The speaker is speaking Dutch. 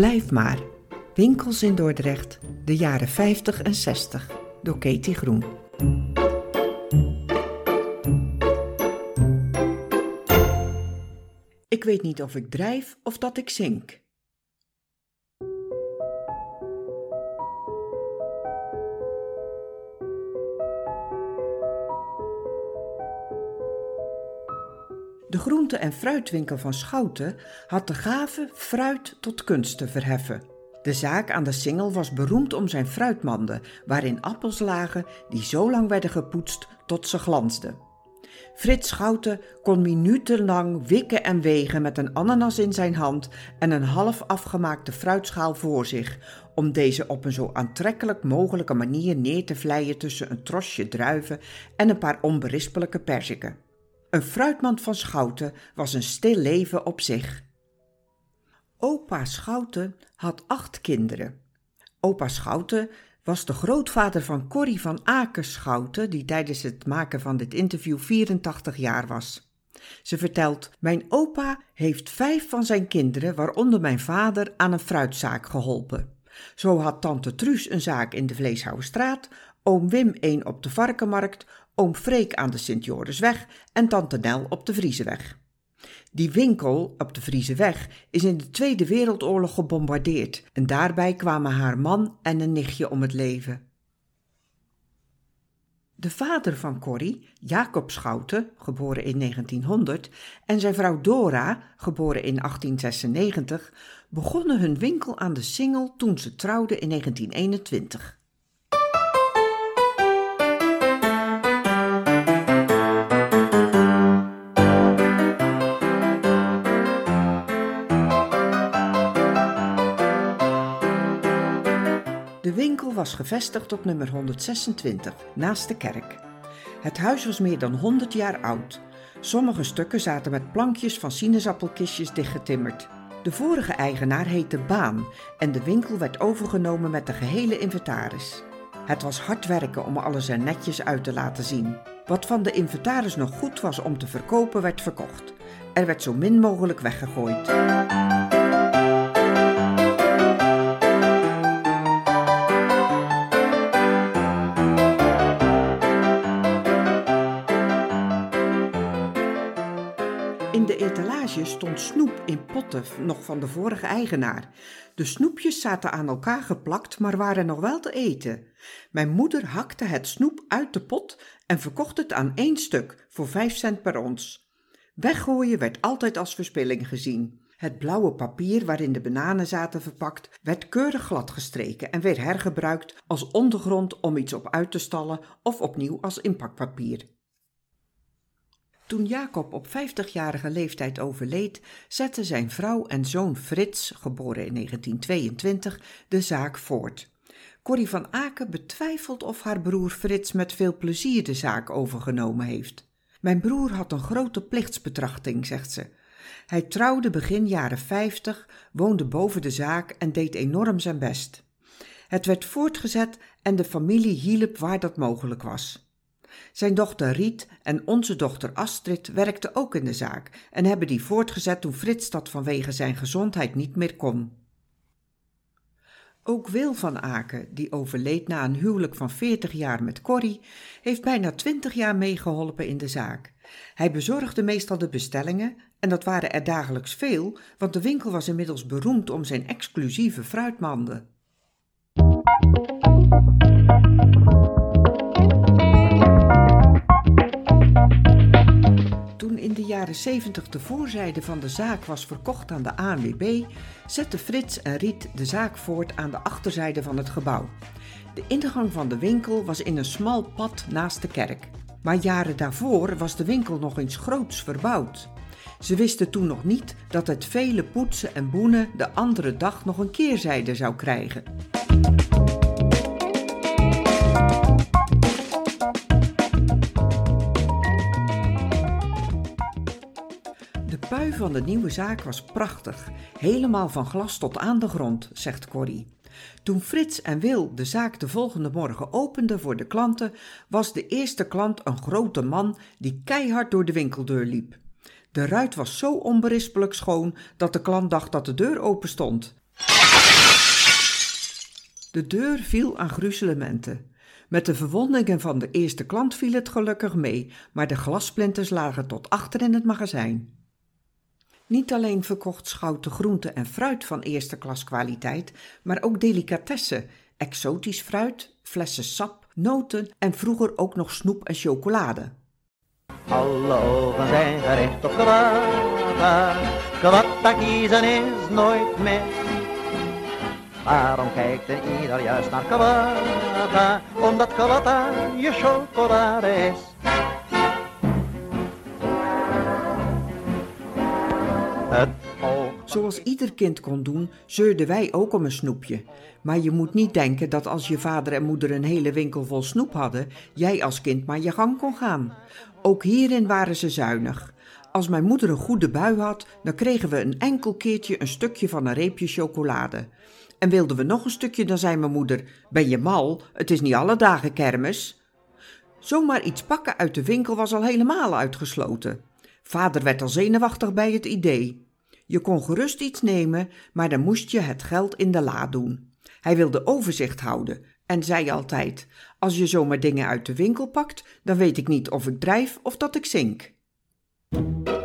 Blijf maar. Winkels in Dordrecht, de jaren 50 en 60, door Katie Groen. Ik weet niet of ik drijf of dat ik zink. De groente- en fruitwinkel van Schouten had de gave fruit tot kunst te verheffen. De zaak aan de Singel was beroemd om zijn fruitmanden, waarin appels lagen die zo lang werden gepoetst tot ze glansden. Frits Schouten kon minutenlang wikken en wegen met een ananas in zijn hand en een half afgemaakte fruitschaal voor zich, om deze op een zo aantrekkelijk mogelijke manier neer te vlijen tussen een trosje druiven en een paar onberispelijke perziken. Een fruitmand van Schouten was een stil leven op zich. Opa Schouten had 8 kinderen. Opa Schouten was de grootvader van Corrie van Aken Schouten, die tijdens het maken van dit interview 84 jaar was. Ze vertelt: mijn opa heeft 5 van zijn kinderen, waaronder mijn vader, aan een fruitzaak geholpen. Zo had tante Truus een zaak in de Vleeshouwerstraat, oom Wim een op de Varkenmarkt, oom Freek aan de Sint-Jorisweg en tante Nel op de Vriezeweg. Die winkel op de Vriezeweg is in de Tweede Wereldoorlog gebombardeerd en daarbij kwamen haar man en een nichtje om het leven. De vader van Corrie, Jacob Schouten, geboren in 1900, en zijn vrouw Dora, geboren in 1896, begonnen hun winkel aan de Singel toen ze trouwden in 1921. De winkel was gevestigd op nummer 126, naast de kerk. Het huis was meer dan 100 jaar oud. Sommige stukken zaten met plankjes van sinaasappelkistjes dichtgetimmerd. De vorige eigenaar heette Baan en de winkel werd overgenomen met de gehele inventaris. Het was hard werken om alles er netjes uit te laten zien. Wat van de inventaris nog goed was om te verkopen, werd verkocht. Er werd zo min mogelijk weggegooid. In de etalage stond snoep in potten nog van de vorige eigenaar. De snoepjes zaten aan elkaar geplakt, maar waren nog wel te eten. Mijn moeder hakte het snoep uit de pot en verkocht het aan 1 stuk voor 5 cent per ons. Weggooien werd altijd als verspilling gezien. Het blauwe papier waarin de bananen zaten verpakt werd keurig glad gestreken en weer hergebruikt als ondergrond om iets op uit te stallen of opnieuw als inpakpapier. Toen Jacob op 50-jarige leeftijd overleed, zetten zijn vrouw en zoon Frits, geboren in 1922, de zaak voort. Corrie van Aken betwijfelt of haar broer Frits met veel plezier de zaak overgenomen heeft. Mijn broer had een grote plichtsbetrachting, zegt ze. Hij trouwde begin jaren 50, woonde boven de zaak en deed enorm zijn best. Het werd voortgezet en de familie hielp waar dat mogelijk was. Zijn dochter Riet en onze dochter Astrid werkten ook in de zaak en hebben die voortgezet toen Frits dat vanwege zijn gezondheid niet meer kon. Ook Wil van Aken, die overleed na een huwelijk van 40 jaar met Corrie, heeft bijna 20 jaar meegeholpen in de zaak. Hij bezorgde meestal de bestellingen en dat waren er dagelijks veel, want de winkel was inmiddels beroemd om zijn exclusieve fruitmanden. Toen in de jaren 70 de voorzijde van de zaak was verkocht aan de ANWB, zetten Frits en Riet de zaak voort aan de achterzijde van het gebouw. De ingang van de winkel was in een smal pad naast de kerk. Maar jaren daarvoor was de winkel nog eens groots verbouwd. Ze wisten toen nog niet dat het vele poetsen en boenen de andere dag nog een keerzijde zou krijgen. De pui van de nieuwe zaak was prachtig, helemaal van glas tot aan de grond, zegt Corrie. Toen Frits en Wil de zaak de volgende morgen openden voor de klanten, was de eerste klant een grote man die keihard door de winkeldeur liep. De ruit was zo onberispelijk schoon dat de klant dacht dat de deur open stond. De deur viel aan gruzelementen. Met de verwondingen van de eerste klant viel het gelukkig mee, maar de glassplinters lagen tot achter in het magazijn. Niet alleen verkocht Schoute groente en fruit van eerste klas kwaliteit, maar ook delicatessen, exotisch fruit, flessen sap, noten en vroeger ook nog snoep en chocolade. Alle ogen zijn gericht op Cloetta. Cloetta kiezen is nooit mis. Waarom kijkt er ieder juist naar Cloetta? Omdat Cloetta je chocolade is. Zoals ieder kind kon doen, zeurden wij ook om een snoepje. Maar je moet niet denken dat als je vader en moeder een hele winkel vol snoep hadden, jij als kind maar je gang kon gaan. Ook hierin waren ze zuinig. Als mijn moeder een goede bui had, dan kregen we een enkel keertje een stukje van een reepje chocolade. En wilden we nog een stukje, dan zei mijn moeder: ben je mal? Het is niet alle dagen kermis. Zomaar iets pakken uit de winkel was al helemaal uitgesloten. Vader werd al zenuwachtig bij het idee. Je kon gerust iets nemen, maar dan moest je het geld in de la doen. Hij wilde overzicht houden en zei altijd: als je zomaar dingen uit de winkel pakt, dan weet ik niet of ik drijf of dat ik zink.